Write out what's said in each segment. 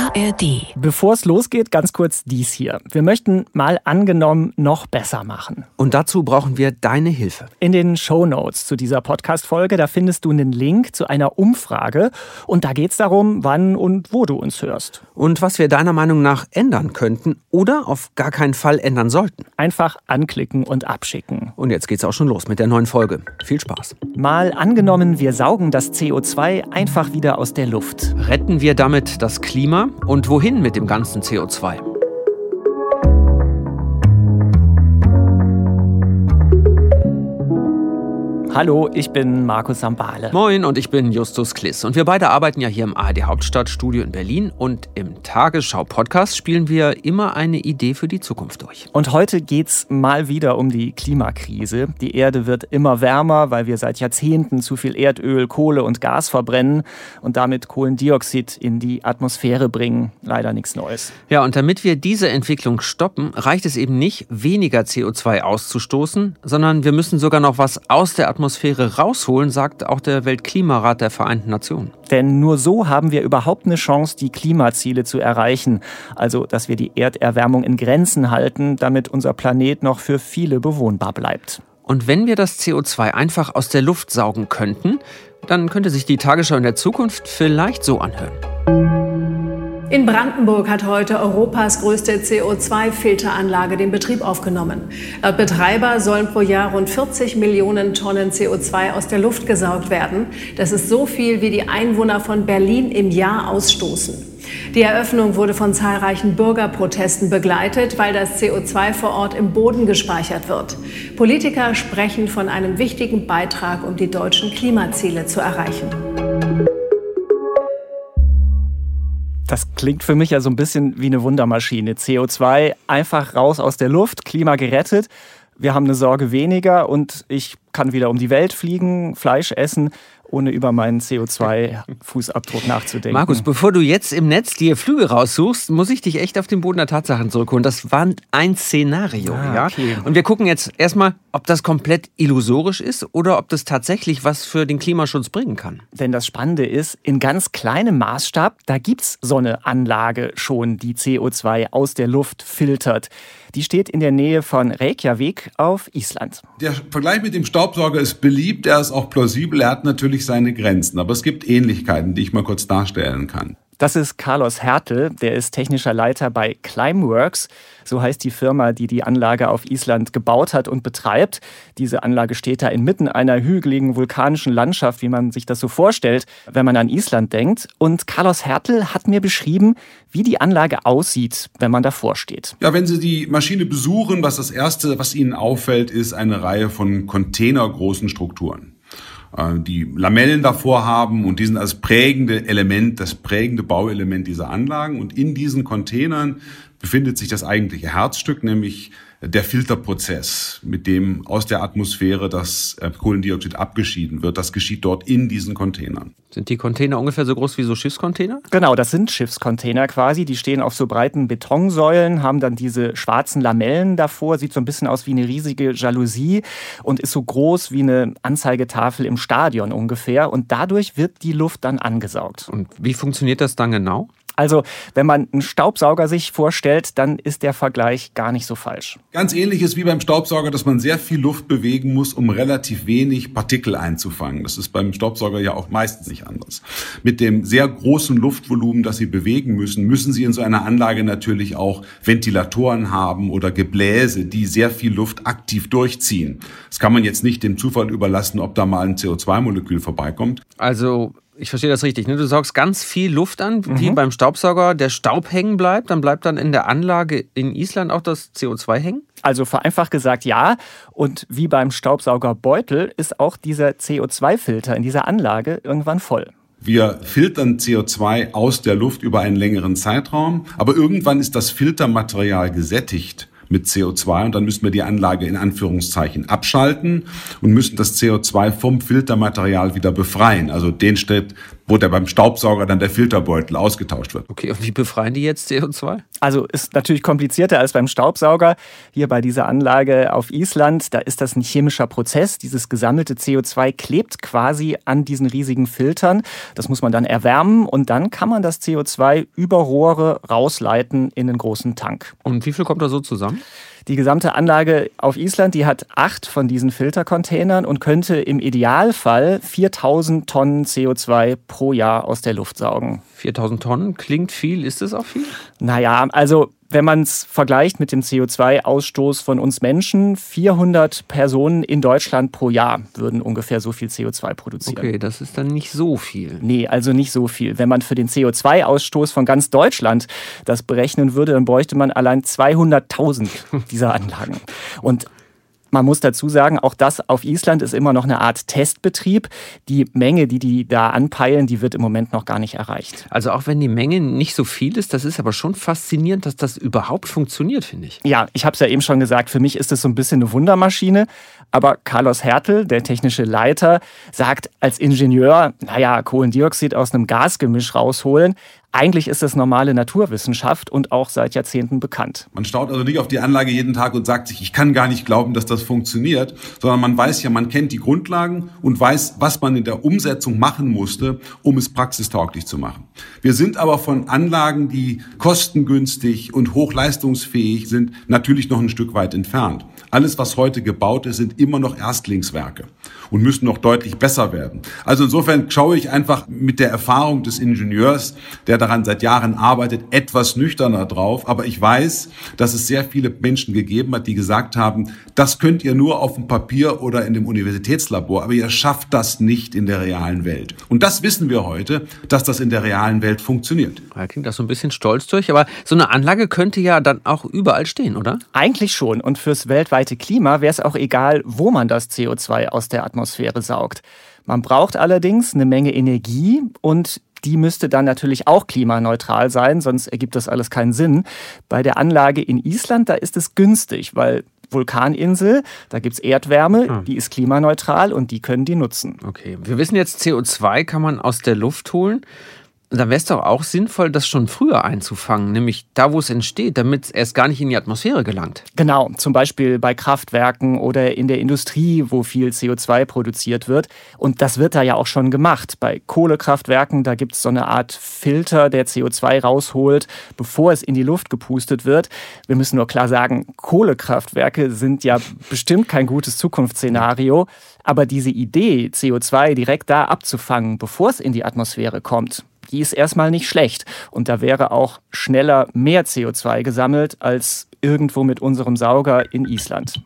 ARD. Bevor es losgeht, ganz kurz dies hier. Wir möchten mal angenommen noch besser machen. Und dazu brauchen wir deine Hilfe. In den Shownotes zu dieser Podcast-Folge, da findest du einen Link zu einer Umfrage. Und da geht es darum, wann und wo du uns hörst. Und was wir deiner Meinung nach ändern könnten oder auf gar keinen Fall ändern sollten. Einfach anklicken und abschicken. Und jetzt geht's auch schon los mit der neuen Folge. Viel Spaß. Mal angenommen, wir saugen das CO2 einfach wieder aus der Luft. Retten wir damit das Klima? Und wohin mit dem ganzen CO2? Hallo, ich bin Markus Sambale. Moin, und ich bin Justus Kliss. Und wir beide arbeiten ja hier im ARD Hauptstadtstudio in Berlin. Und im Tagesschau-Podcast spielen wir immer eine Idee für die Zukunft durch. Und heute geht's mal wieder um die Klimakrise. Die Erde wird immer wärmer, weil wir seit Jahrzehnten zu viel Erdöl, Kohle und Gas verbrennen und damit Kohlendioxid in die Atmosphäre bringen. Leider nichts Neues. Ja, und damit wir diese Entwicklung stoppen, reicht es eben nicht, weniger CO2 auszustoßen, sondern wir müssen sogar noch was aus der Atmosphäre rausholen, sagt auch der Weltklimarat der Vereinten Nationen. Denn nur so haben wir überhaupt eine Chance, die Klimaziele zu erreichen. Also, dass wir die Erderwärmung in Grenzen halten, damit unser Planet noch für viele bewohnbar bleibt. Und wenn wir das CO2 einfach aus der Luft saugen könnten, dann könnte sich die Tagesschau in der Zukunft vielleicht so anhören. In Brandenburg hat heute Europas größte CO2-Filteranlage den Betrieb aufgenommen. Laut Betreiber sollen pro Jahr rund 40 Millionen Tonnen CO2 aus der Luft gesaugt werden. Das ist so viel, wie die Einwohner von Berlin im Jahr ausstoßen. Die Eröffnung wurde von zahlreichen Bürgerprotesten begleitet, weil das CO2 vor Ort im Boden gespeichert wird. Politiker sprechen von einem wichtigen Beitrag, um die deutschen Klimaziele zu erreichen. Das klingt für mich ja so ein bisschen wie eine Wundermaschine. CO2 einfach raus aus der Luft, Klima gerettet. Wir haben eine Sorge weniger und ich kann wieder um die Welt fliegen, Fleisch essen, ohne über meinen CO2-Fußabdruck nachzudenken. Markus, bevor du jetzt im Netz dir Flüge raussuchst, muss ich dich echt auf den Boden der Tatsachen zurückholen. Das war ein Szenario. Okay. Und wir gucken jetzt erstmal, ob das komplett illusorisch ist oder ob das tatsächlich was für den Klimaschutz bringen kann. Denn das Spannende ist, in ganz kleinem Maßstab, da gibt's so eine Anlage schon, die CO2 aus der Luft filtert. Die steht in der Nähe von Reykjavik auf Island. Der Vergleich mit dem Staubsauger ist beliebt, er ist auch plausibel, er hat natürlich seine Grenzen. Aber es gibt Ähnlichkeiten, die ich mal kurz darstellen kann. Das ist Carlos Hertel, der ist technischer Leiter bei Climeworks. So heißt die Firma, die die Anlage auf Island gebaut hat und betreibt. Diese Anlage steht da inmitten einer hügeligen vulkanischen Landschaft, wie man sich das so vorstellt, wenn man an Island denkt. Und Carlos Hertel hat mir beschrieben, wie die Anlage aussieht, wenn man davor steht. Ja, wenn Sie die Maschine besuchen, was das Erste, was Ihnen auffällt, ist eine Reihe von containergroßen Strukturen, die Lamellen davor haben, und die sind als prägende Element, das prägende Bauelement dieser Anlagen. Und in diesen Containern befindet sich das eigentliche Herzstück, nämlich der Filterprozess, mit dem aus der Atmosphäre das Kohlendioxid abgeschieden wird. Das geschieht dort in diesen Containern. Sind die Container ungefähr so groß wie so Schiffscontainer? Genau, das sind Schiffscontainer quasi. Die stehen auf so breiten Betonsäulen, haben dann diese schwarzen Lamellen davor. Sieht so ein bisschen aus wie eine riesige Jalousie und ist so groß wie eine Anzeigetafel im Stadion ungefähr. Und dadurch wird die Luft dann angesaugt. Und wie funktioniert das dann genau? Also, wenn man einen Staubsauger sich vorstellt, dann ist der Vergleich gar nicht so falsch. Ganz ähnlich ist wie beim Staubsauger, dass man sehr viel Luft bewegen muss, um relativ wenig Partikel einzufangen. Das ist beim Staubsauger ja auch meistens nicht anders. Mit dem sehr großen Luftvolumen, das Sie bewegen müssen, müssen Sie in so einer Anlage natürlich auch Ventilatoren haben oder Gebläse, die sehr viel Luft aktiv durchziehen. Das kann man jetzt nicht dem Zufall überlassen, ob da mal ein CO2-Molekül vorbeikommt. Also, ich verstehe das richtig, ne? Du saugst ganz viel Luft an, wie beim Staubsauger. Der Staub hängen bleibt, dann bleibt dann in der Anlage in Island auch das CO2 hängen? Also vereinfacht gesagt ja. Und wie beim Staubsaugerbeutel ist auch dieser CO2-Filter in dieser Anlage irgendwann voll. Wir filtern CO2 aus der Luft über einen längeren Zeitraum, aber irgendwann ist das Filtermaterial gesättigt mit CO2 und dann müssen wir die Anlage in Anführungszeichen abschalten und müssen das CO2 vom Filtermaterial wieder befreien. Also den Schritt wo der beim Staubsauger dann der Filterbeutel ausgetauscht wird. Okay, und wie befreien die jetzt CO2? Also ist natürlich komplizierter als beim Staubsauger. Hier bei dieser Anlage auf Island, da ist das ein chemischer Prozess. Dieses gesammelte CO2 klebt quasi an diesen riesigen Filtern. Das muss man dann erwärmen und dann kann man das CO2 über Rohre rausleiten in einen großen Tank. Und wie viel kommt da so zusammen? Die gesamte Anlage auf Island, die hat 8 von diesen Filtercontainern und könnte im Idealfall 4000 Tonnen CO2 pro Jahr aus der Luft saugen. 4000 Tonnen klingt viel. Ist das auch viel? Naja, also wenn man es vergleicht mit dem CO2-Ausstoß von uns Menschen, 400 Personen in Deutschland pro Jahr würden ungefähr so viel CO2 produzieren. Okay, das ist dann nicht so viel. Nee, also nicht so viel. Wenn man für den CO2-Ausstoß von ganz Deutschland das berechnen würde, dann bräuchte man allein 200.000 dieser Anlagen. Und man muss dazu sagen, auch das auf Island ist immer noch eine Art Testbetrieb. Die Menge, die da anpeilen, die wird im Moment noch gar nicht erreicht. Also auch wenn die Menge nicht so viel ist, das ist aber schon faszinierend, dass das überhaupt funktioniert, finde ich. Ja, ich habe es ja eben schon gesagt, für mich ist das so ein bisschen eine Wundermaschine. Aber Carlos Hertel, der technische Leiter, sagt als Ingenieur, naja, Kohlendioxid aus einem Gasgemisch rausholen, eigentlich ist das normale Naturwissenschaft und auch seit Jahrzehnten bekannt. Man schaut also nicht auf die Anlage jeden Tag und sagt sich, ich kann gar nicht glauben, dass das funktioniert, sondern man weiß ja, man kennt die Grundlagen und weiß, was man in der Umsetzung machen musste, um es praxistauglich zu machen. Wir sind aber von Anlagen, die kostengünstig und hochleistungsfähig sind, natürlich noch ein Stück weit entfernt. Alles, was heute gebaut ist, sind immer noch Erstlingswerke und müssen noch deutlich besser werden. Also insofern schaue ich einfach mit der Erfahrung des Ingenieurs, der daran seit Jahren arbeitet, etwas nüchterner drauf. Aber ich weiß, dass es sehr viele Menschen gegeben hat, die gesagt haben, das könnt ihr nur auf dem Papier oder in dem Universitätslabor, aber ihr schafft das nicht in der realen Welt. Und das wissen wir heute, dass das in der realen Welt funktioniert. Da klingt das so ein bisschen stolz durch, aber so eine Anlage könnte ja dann auch überall stehen, oder? Eigentlich schon. Und fürs weltweite Klima wäre es auch egal, wo man das CO2 aus der Atmosphäre saugt. Man braucht allerdings eine Menge Energie und die müsste dann natürlich auch klimaneutral sein, sonst ergibt das alles keinen Sinn. Bei der Anlage in Island, da ist es günstig, weil Vulkaninsel, da gibt es Erdwärme, die ist klimaneutral und die können die nutzen. Okay, wir wissen jetzt, CO2 kann man aus der Luft holen. Dann wäre es doch auch sinnvoll, das schon früher einzufangen, nämlich da, wo es entsteht, damit es erst gar nicht in die Atmosphäre gelangt. Genau, zum Beispiel bei Kraftwerken oder in der Industrie, wo viel CO2 produziert wird. Und das wird da ja auch schon gemacht. Bei Kohlekraftwerken, da gibt es so eine Art Filter, der CO2 rausholt, bevor es in die Luft gepustet wird. Wir müssen nur klar sagen, Kohlekraftwerke sind ja bestimmt kein gutes Zukunftsszenario. Aber diese Idee, CO2 direkt da abzufangen, bevor es in die Atmosphäre kommt, die ist erstmal nicht schlecht. Und da wäre auch schneller mehr CO2 gesammelt als irgendwo mit unserem Sauger in Island.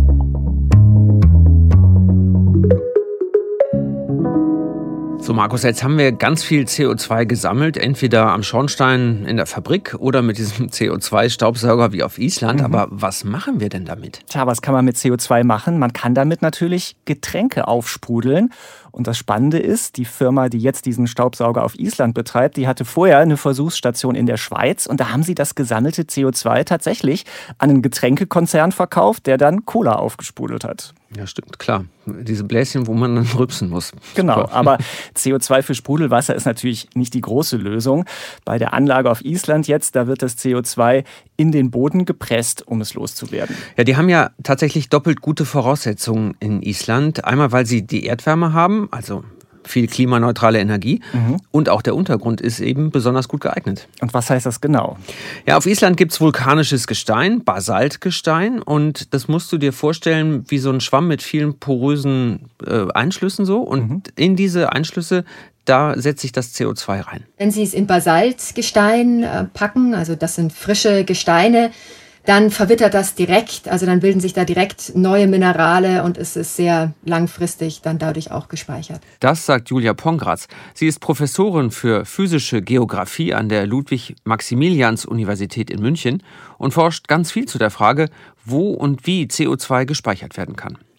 So, Markus, jetzt haben wir ganz viel CO2 gesammelt, entweder am Schornstein in der Fabrik oder mit diesem CO2-Staubsauger wie auf Island. Aber was machen wir denn damit? Tja, was kann man mit CO2 machen? Man kann damit natürlich Getränke aufsprudeln. Und das Spannende ist, die Firma, die jetzt diesen Staubsauger auf Island betreibt, die hatte vorher eine Versuchsstation in der Schweiz. Und da haben sie das gesammelte CO2 tatsächlich an einen Getränkekonzern verkauft, der dann Cola aufgesprudelt hat. Ja, stimmt, klar. Diese Bläschen, wo man dann rübsen muss. Genau, aber CO2 für Sprudelwasser ist natürlich nicht die große Lösung. Bei der Anlage auf Island jetzt, da wird das CO2 in den Boden gepresst, um es loszuwerden. Ja, die haben ja tatsächlich doppelt gute Voraussetzungen in Island. Einmal, weil sie die Erdwärme haben, also viel klimaneutrale Energie. Und auch der Untergrund ist eben besonders gut geeignet. Und was heißt das genau? Ja, auf Island gibt es vulkanisches Gestein, Basaltgestein. Und das musst du dir vorstellen wie so ein Schwamm mit vielen porösen Einschlüssen so. Und in diese Einschlüsse, da setzt sich das CO2 rein. Wenn Sie es in Basaltgestein packen, also das sind frische Gesteine, dann verwittert das direkt, also dann bilden sich da direkt neue Minerale und es ist sehr langfristig dann dadurch auch gespeichert. Das sagt Julia Pongratz. Sie ist Professorin für physische Geographie an der Ludwig-Maximilians-Universität in München und forscht ganz viel zu der Frage, wo und wie CO2 gespeichert werden kann.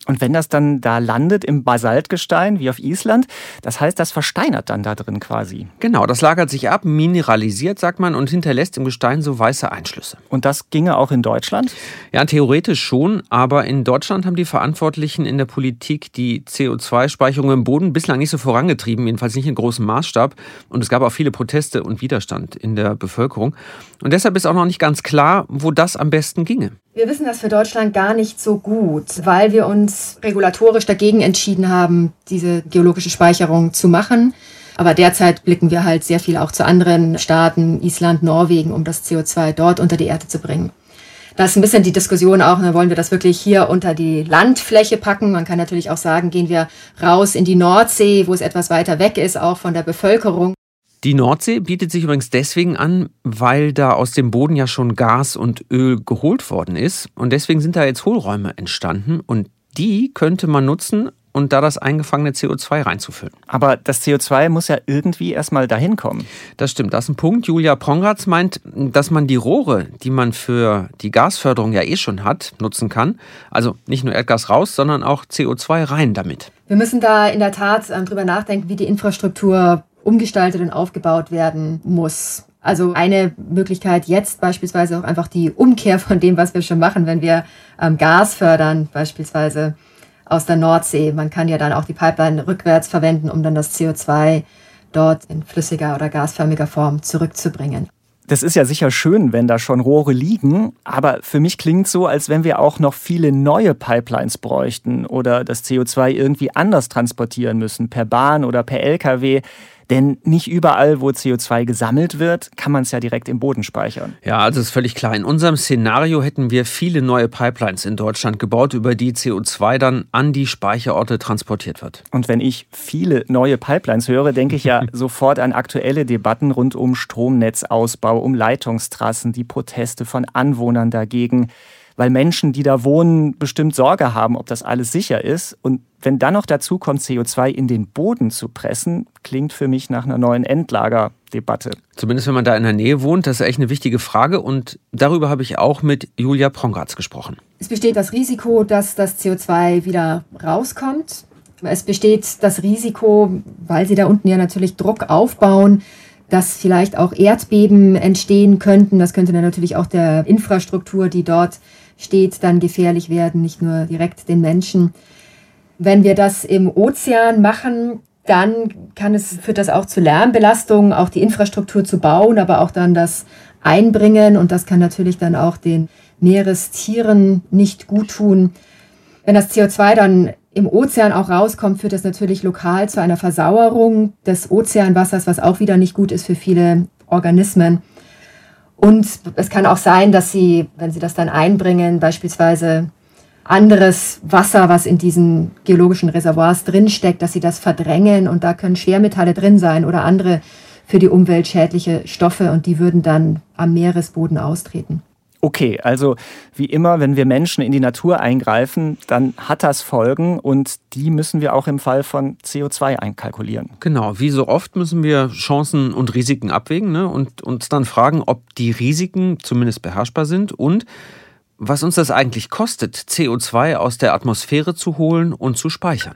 Und wenn das dann da landet im Basaltgestein, wie auf Island, das heißt, das versteinert dann da drin quasi. Genau, das lagert sich ab, mineralisiert, sagt man, und hinterlässt im Gestein so weiße Einschlüsse. Und das ginge auch in Deutschland? Ja, theoretisch schon, aber in Deutschland haben die Verantwortlichen in der Politik die CO2-Speicherung im Boden bislang nicht so vorangetrieben, jedenfalls nicht in großem Maßstab. Und es gab auch viele Proteste und Widerstand in der Bevölkerung. Und deshalb ist auch noch nicht ganz klar, wo das am besten ginge. Wir wissen das für Deutschland gar nicht so gut, weil wir uns regulatorisch dagegen entschieden haben, diese geologische Speicherung zu machen. Aber derzeit blicken wir halt sehr viel auch zu anderen Staaten, Island, Norwegen, um das CO2 dort unter die Erde zu bringen. Da ist ein bisschen die Diskussion auch, wollen wir das wirklich hier unter die Landfläche packen? Man kann natürlich auch sagen, gehen wir raus in die Nordsee, wo es etwas weiter weg ist, auch von der Bevölkerung. Die Nordsee bietet sich übrigens deswegen an, weil da aus dem Boden ja schon Gas und Öl geholt worden ist. Und deswegen sind da jetzt Hohlräume entstanden. Und die könnte man nutzen, und da das eingefangene CO2 reinzufüllen. Aber das CO2 muss ja irgendwie erstmal dahin kommen. Das stimmt, das ist ein Punkt. Julia Pongratz meint, dass man die Rohre, die man für die Gasförderung ja schon hat, nutzen kann. Also nicht nur Erdgas raus, sondern auch CO2 rein damit. Wir müssen da in der Tat drüber nachdenken, wie die Infrastruktur umgestaltet und aufgebaut werden muss. Also eine Möglichkeit jetzt beispielsweise auch einfach die Umkehr von dem, was wir schon machen, wenn wir Gas fördern, beispielsweise aus der Nordsee. Man kann ja dann auch die Pipeline rückwärts verwenden, um dann das CO2 dort in flüssiger oder gasförmiger Form zurückzubringen. Das ist ja sicher schön, wenn da schon Rohre liegen, aber für mich klingt es so, als wenn wir auch noch viele neue Pipelines bräuchten oder das CO2 irgendwie anders transportieren müssen, per Bahn oder per LKW. Denn nicht überall, wo CO2 gesammelt wird, kann man es ja direkt im Boden speichern. Ja, also ist völlig klar. In unserem Szenario hätten wir viele neue Pipelines in Deutschland gebaut, über die CO2 dann an die Speicherorte transportiert wird. Und wenn ich viele neue Pipelines höre, denke ich ja sofort an aktuelle Debatten rund um Stromnetzausbau, um Leitungstrassen, die Proteste von Anwohnern dagegen. Weil Menschen, die da wohnen, bestimmt Sorge haben, ob das alles sicher ist. Und wenn dann noch dazu kommt, CO2 in den Boden zu pressen, klingt für mich nach einer neuen Endlagerdebatte. Zumindest wenn man da in der Nähe wohnt, das ist echt eine wichtige Frage. Und darüber habe ich auch mit Julia Pongratz gesprochen. Es besteht das Risiko, dass das CO2 wieder rauskommt. Es besteht das Risiko, weil sie da unten ja natürlich Druck aufbauen, dass vielleicht auch Erdbeben entstehen könnten. Das könnte dann natürlich auch der Infrastruktur, die dort steht, dann gefährlich werden, nicht nur direkt den Menschen. Wenn wir das im Ozean machen, dann führt das auch zu Lärmbelastung, auch die Infrastruktur zu bauen, aber auch dann das Einbringen. Und das kann natürlich dann auch den Meerestieren nicht gut tun. Wenn das CO2 dann im Ozean auch rauskommt, führt das natürlich lokal zu einer Versauerung des Ozeanwassers, was auch wieder nicht gut ist für viele Organismen. Und es kann auch sein, dass sie, wenn sie das dann einbringen, beispielsweise anderes Wasser, was in diesen geologischen Reservoirs drinsteckt, dass sie das verdrängen, und da können Schwermetalle drin sein oder andere für die Umwelt schädliche Stoffe, und die würden dann am Meeresboden austreten. Okay, also wie immer, wenn wir Menschen in die Natur eingreifen, dann hat das Folgen, und die müssen wir auch im Fall von CO2 einkalkulieren. Genau, wie so oft müssen wir Chancen und Risiken abwägen, ne? Und uns dann fragen, ob die Risiken zumindest beherrschbar sind und was uns das eigentlich kostet, CO2 aus der Atmosphäre zu holen und zu speichern.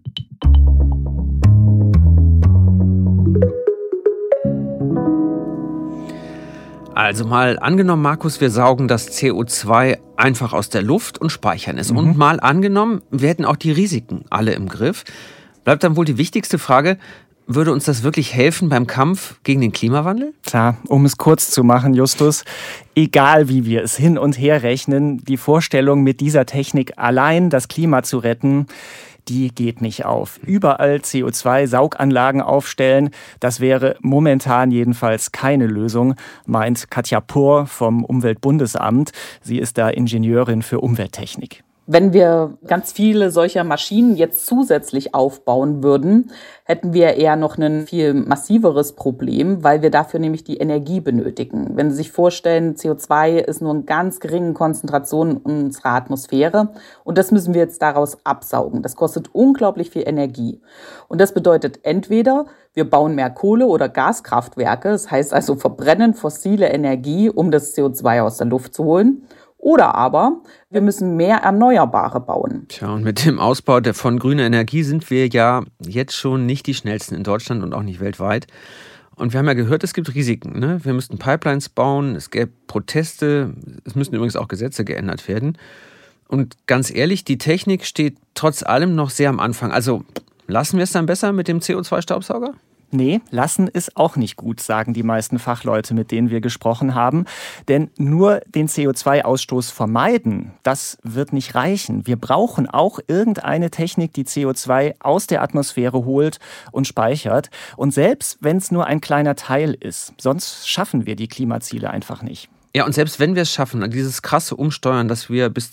Also mal angenommen, Markus, wir saugen das CO2 einfach aus der Luft und speichern es. Und mal angenommen, wir hätten auch die Risiken alle im Griff. Bleibt dann wohl die wichtigste Frage: Würde uns das wirklich helfen beim Kampf gegen den Klimawandel? Tja, um es kurz zu machen, Justus, egal wie wir es hin und her rechnen, die Vorstellung, mit dieser Technik allein das Klima zu retten, die geht nicht auf. Überall CO2-Sauganlagen aufstellen, das wäre momentan jedenfalls keine Lösung, meint Katja Purr vom Umweltbundesamt. Sie ist da Ingenieurin für Umwelttechnik. Wenn wir ganz viele solcher Maschinen jetzt zusätzlich aufbauen würden, hätten wir eher noch ein viel massiveres Problem, weil wir dafür nämlich die Energie benötigen. Wenn Sie sich vorstellen, CO2 ist nur in ganz geringen Konzentrationen in unserer Atmosphäre, und das müssen wir jetzt daraus absaugen. Das kostet unglaublich viel Energie. Und das bedeutet entweder, wir bauen mehr Kohle- oder Gaskraftwerke, das heißt also verbrennen fossile Energie, um das CO2 aus der Luft zu holen. Oder aber wir müssen mehr Erneuerbare bauen. Tja, und mit dem Ausbau von grüner Energie sind wir ja jetzt schon nicht die schnellsten in Deutschland und auch nicht weltweit. Und wir haben ja gehört, es gibt Risiken. Ne? Wir müssten Pipelines bauen, es gäbe Proteste, es müssen übrigens auch Gesetze geändert werden. Und ganz ehrlich, die Technik steht trotz allem noch sehr am Anfang. Also lassen wir es dann besser mit dem CO2-Staubsauger? Nee, lassen ist auch nicht gut, sagen die meisten Fachleute, mit denen wir gesprochen haben. Denn nur den CO2-Ausstoß vermeiden, das wird nicht reichen. Wir brauchen auch irgendeine Technik, die CO2 aus der Atmosphäre holt und speichert. Und selbst wenn es nur ein kleiner Teil ist, sonst schaffen wir die Klimaziele einfach nicht. Ja, und selbst wenn wir es schaffen, dieses krasse Umsteuern, dass wir bis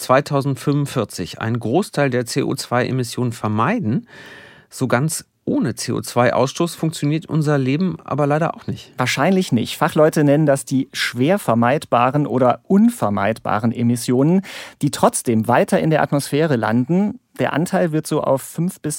2045 einen Großteil der CO2-Emissionen vermeiden, so ganz ohne CO2-Ausstoß funktioniert unser Leben aber leider auch nicht. Wahrscheinlich nicht. Fachleute nennen das die schwer vermeidbaren oder unvermeidbaren Emissionen, die trotzdem weiter in der Atmosphäre landen. Der Anteil wird so auf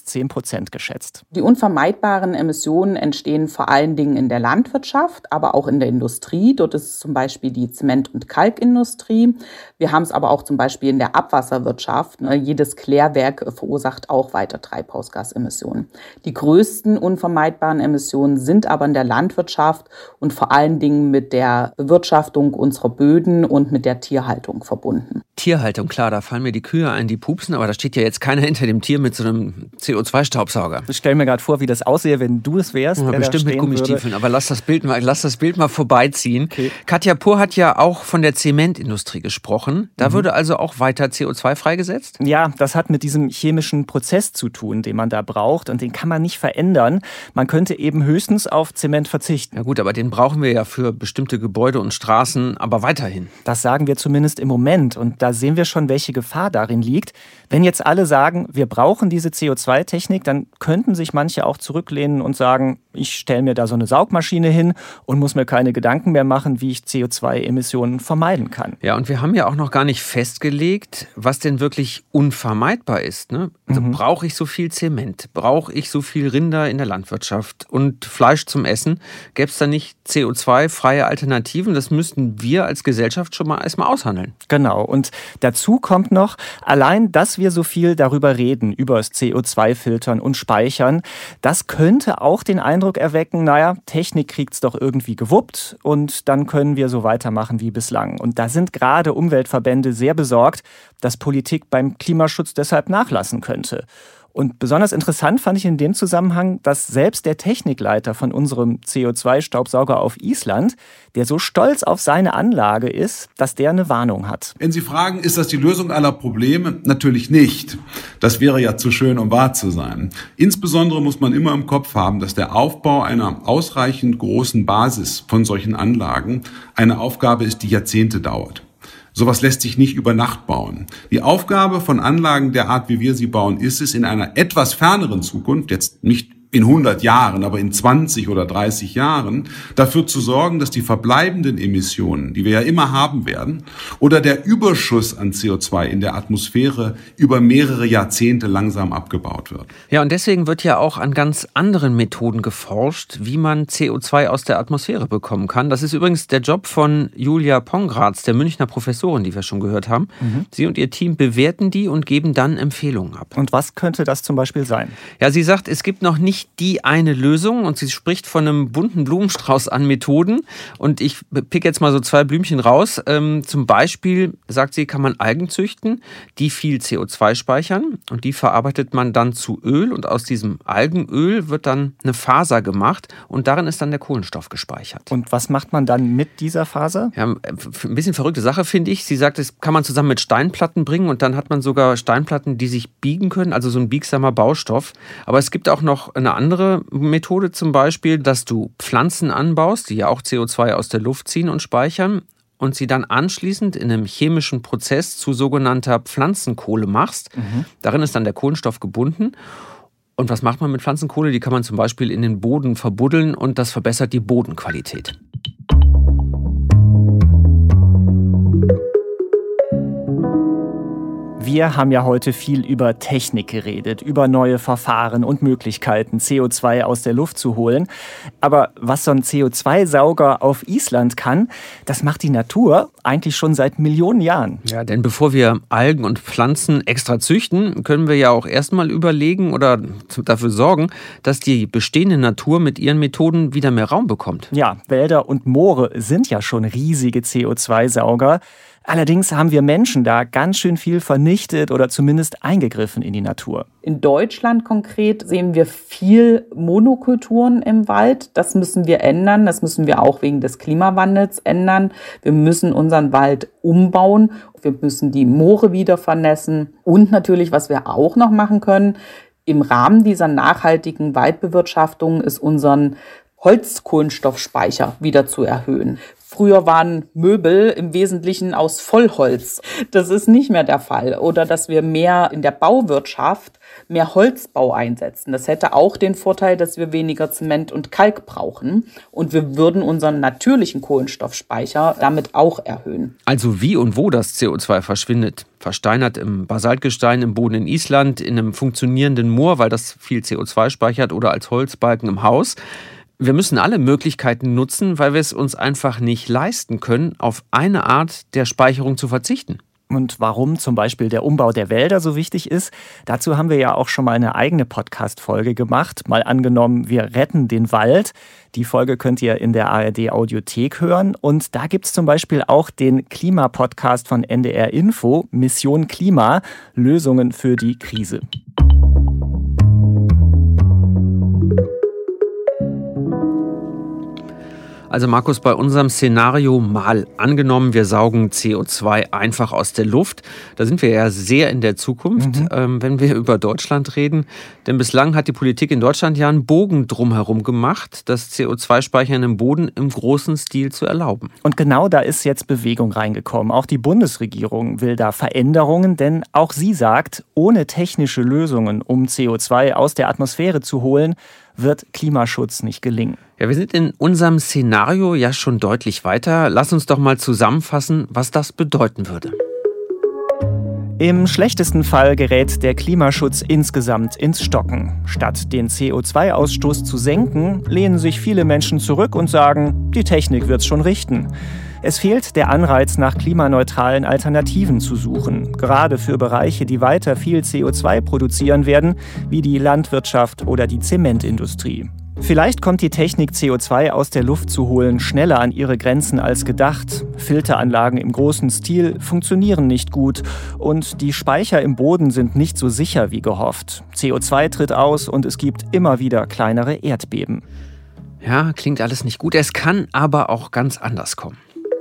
5-10% geschätzt. Die unvermeidbaren Emissionen entstehen vor allen Dingen in der Landwirtschaft, aber auch in der Industrie. Dort ist es zum Beispiel die Zement- und Kalkindustrie. Wir haben es aber auch zum Beispiel in der Abwasserwirtschaft. Jedes Klärwerk verursacht auch weiter Treibhausgasemissionen. Die größten unvermeidbaren Emissionen sind aber in der Landwirtschaft und vor allen Dingen mit der Bewirtschaftung unserer Böden und mit der Tierhaltung verbunden. Tierhaltung, klar, da fallen mir die Kühe ein, die pupsen, aber da steht ja jetzt keiner hinter dem Tier mit so einem CO2-Staubsauger. Ich stelle mir gerade vor, wie das aussähe, wenn du es wärst. Ja, bestimmt mit Gummistiefeln, aber lass das Bild mal vorbeiziehen. Okay. Katja Pohr hat ja auch von der Zementindustrie gesprochen. Da würde also auch weiter CO2 freigesetzt? Ja, das hat mit diesem chemischen Prozess zu tun, den man da braucht, und den kann man nicht verändern. Man könnte eben höchstens auf Zement verzichten. Ja gut, aber den brauchen wir ja für bestimmte Gebäude und Straßen, aber weiterhin. Das sagen wir zumindest im Moment, und da sehen wir schon, welche Gefahr darin liegt. Wenn jetzt alle sagen, wir brauchen diese CO2-Technik, dann könnten sich manche auch zurücklehnen und sagen, ich stelle mir da so eine Saugmaschine hin und muss mir keine Gedanken mehr machen, wie ich CO2-Emissionen vermeiden kann. Ja, und wir haben ja auch noch gar nicht festgelegt, was denn wirklich unvermeidbar ist. Ne? Also brauche ich so viel Zement? Brauche ich so viel Rinder in der Landwirtschaft und Fleisch zum Essen? Gäbe es da nicht CO2-freie Alternativen? Das müssten wir als Gesellschaft schon mal erstmal aushandeln. Genau. Und dazu kommt noch, allein, dass wir so viel darüber reden, über das CO2-Filtern und Speichern, das könnte auch den Eindruck erwecken, naja, Technik kriegt's doch irgendwie gewuppt und dann können wir so weitermachen wie bislang. Und da sind gerade Umweltverbände sehr besorgt, dass Politik beim Klimaschutz deshalb nachlassen könnte. Und besonders interessant fand ich in dem Zusammenhang, dass selbst der Technikleiter von unserem CO2-Staubsauger auf Island, der so stolz auf seine Anlage ist, dass der eine Warnung hat. Wenn Sie fragen, ist das die Lösung aller Probleme? Natürlich nicht. Das wäre ja zu schön, um wahr zu sein. Insbesondere muss man immer im Kopf haben, dass der Aufbau einer ausreichend großen Basis von solchen Anlagen eine Aufgabe ist, die Jahrzehnte dauert. Sowas lässt sich nicht über Nacht bauen. Die Aufgabe von Anlagen der Art, wie wir sie bauen, ist es, in einer etwas ferneren Zukunft, jetzt nicht in 100 Jahren, aber in 20 oder 30 Jahren, dafür zu sorgen, dass die verbleibenden Emissionen, die wir ja immer haben werden, oder der Überschuss an CO2 in der Atmosphäre über mehrere Jahrzehnte langsam abgebaut wird. Ja, und deswegen wird ja auch an ganz anderen Methoden geforscht, wie man CO2 aus der Atmosphäre bekommen kann. Das ist übrigens der Job von Julia Pongratz, der Münchner Professorin, die wir schon gehört haben. Sie und ihr Team bewerten die und geben dann Empfehlungen ab. Und was könnte das zum Beispiel sein? Ja, sie sagt, es gibt noch nicht die eine Lösung und sie spricht von einem bunten Blumenstrauß an Methoden und ich pick jetzt mal so 2 Blümchen raus. Zum Beispiel, sagt sie, kann man Algen züchten, die viel CO2 speichern und die verarbeitet man dann zu Öl und aus diesem Algenöl wird dann eine Faser gemacht und darin ist dann der Kohlenstoff gespeichert. Und was macht man dann mit dieser Faser? Ja, ein bisschen verrückte Sache, finde ich. Sie sagt, das kann man zusammen mit Steinplatten bringen und dann hat man sogar Steinplatten, die sich biegen können, also so ein biegsamer Baustoff. Aber es gibt auch noch eine andere Methode zum Beispiel, dass du Pflanzen anbaust, die ja auch CO2 aus der Luft ziehen und speichern und sie dann anschließend in einem chemischen Prozess zu sogenannter Pflanzenkohle machst. Darin ist dann der Kohlenstoff gebunden. Und was macht man mit Pflanzenkohle? Die kann man zum Beispiel in den Boden verbuddeln und das verbessert die Bodenqualität. Wir haben ja heute viel über Technik geredet, über neue Verfahren und Möglichkeiten, CO2 aus der Luft zu holen. Aber was so ein CO2-Sauger auf Island kann, das macht die Natur eigentlich schon seit Millionen Jahren. Ja, denn bevor wir Algen und Pflanzen extra züchten, können wir ja auch erstmal überlegen oder dafür sorgen, dass die bestehende Natur mit ihren Methoden wieder mehr Raum bekommt. Ja, Wälder und Moore sind ja schon riesige CO2-Sauger. Allerdings haben wir Menschen da ganz schön viel vernichtet oder zumindest eingegriffen in die Natur. In Deutschland konkret sehen wir viel Monokulturen im Wald. Das müssen wir ändern. Das müssen wir auch wegen des Klimawandels ändern. Wir müssen unseren Wald umbauen. Wir müssen die Moore wieder vernässen. Und natürlich, was wir auch noch machen können, im Rahmen dieser nachhaltigen Waldbewirtschaftung ist unseren Holzkohlenstoffspeicher wieder zu erhöhen. Früher waren Möbel im Wesentlichen aus Vollholz. Das ist nicht mehr der Fall. Oder dass wir mehr in der Bauwirtschaft mehr Holzbau einsetzen. Das hätte auch den Vorteil, dass wir weniger Zement und Kalk brauchen. Und wir würden unseren natürlichen Kohlenstoffspeicher damit auch erhöhen. Also wie und wo das CO2 verschwindet. Versteinert im Basaltgestein im Boden in Island, in einem funktionierenden Moor, weil das viel CO2 speichert, oder als Holzbalken im Haus. Wir müssen alle Möglichkeiten nutzen, weil wir es uns einfach nicht leisten können, auf eine Art der Speicherung zu verzichten. Und warum zum Beispiel der Umbau der Wälder so wichtig ist, dazu haben wir ja auch schon mal eine eigene Podcast-Folge gemacht. Mal angenommen, wir retten den Wald. Die Folge könnt ihr in der ARD-Audiothek hören. Und da gibt es zum Beispiel auch den Klimapodcast von NDR Info, Mission Klima, Lösungen für die Krise. Also Markus, bei unserem Szenario mal angenommen, wir saugen CO2 einfach aus der Luft. Da sind wir ja sehr in der Zukunft, wenn wir über Deutschland reden. Denn bislang hat die Politik in Deutschland ja einen Bogen drumherum gemacht, das CO2-Speichern im Boden im großen Stil zu erlauben. Und genau da ist jetzt Bewegung reingekommen. Auch die Bundesregierung will da Veränderungen, denn auch sie sagt, ohne technische Lösungen, um CO2 aus der Atmosphäre zu holen, wird Klimaschutz nicht gelingen. Ja, wir sind in unserem Szenario ja schon deutlich weiter. Lass uns doch mal zusammenfassen, was das bedeuten würde. Im schlechtesten Fall gerät der Klimaschutz insgesamt ins Stocken. Statt den CO2-Ausstoß zu senken, lehnen sich viele Menschen zurück und sagen, die Technik wird's schon richten. Es fehlt der Anreiz, nach klimaneutralen Alternativen zu suchen, gerade für Bereiche, die weiter viel CO2 produzieren werden, wie die Landwirtschaft oder die Zementindustrie. Vielleicht kommt die Technik, CO2 aus der Luft zu holen, schneller an ihre Grenzen als gedacht. Filteranlagen im großen Stil funktionieren nicht gut und die Speicher im Boden sind nicht so sicher wie gehofft. CO2 tritt aus und es gibt immer wieder kleinere Erdbeben. Ja, klingt alles nicht gut. Es kann aber auch ganz anders kommen.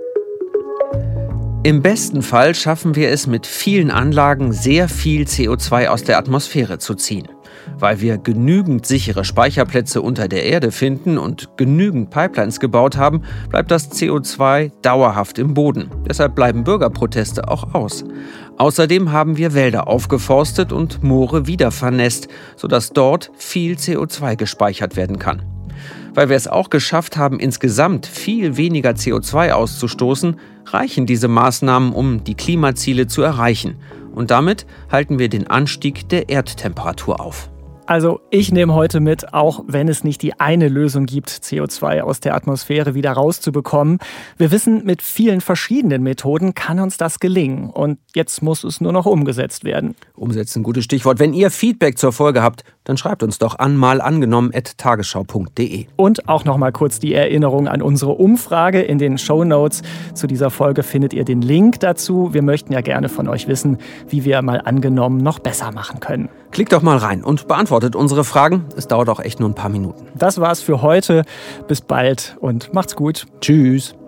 Im besten Fall schaffen wir es mit vielen Anlagen, sehr viel CO2 aus der Atmosphäre zu ziehen. Weil wir genügend sichere Speicherplätze unter der Erde finden und genügend Pipelines gebaut haben, bleibt das CO2 dauerhaft im Boden. Deshalb bleiben Bürgerproteste auch aus. Außerdem haben wir Wälder aufgeforstet und Moore wieder vernässt, sodass dort viel CO2 gespeichert werden kann. Weil wir es auch geschafft haben, insgesamt viel weniger CO2 auszustoßen, reichen diese Maßnahmen, um die Klimaziele zu erreichen. Und damit halten wir den Anstieg der Erdtemperatur auf. Also ich nehme heute mit, auch wenn es nicht die eine Lösung gibt, CO2 aus der Atmosphäre wieder rauszubekommen. Wir wissen, mit vielen verschiedenen Methoden kann uns das gelingen. Und jetzt muss es nur noch umgesetzt werden. Umsetzen, gutes Stichwort. Wenn ihr Feedback zur Folge habt, dann schreibt uns doch an malangenommen@tagesschau.de. Und auch noch mal kurz die Erinnerung an unsere Umfrage. In den Shownotes zu dieser Folge findet ihr den Link dazu. Wir möchten ja gerne von euch wissen, wie wir mal angenommen noch besser machen können. Klickt doch mal rein und beantwortet unsere Fragen. Es dauert auch echt nur ein paar Minuten. Das war's für heute. Bis bald und macht's gut. Tschüss.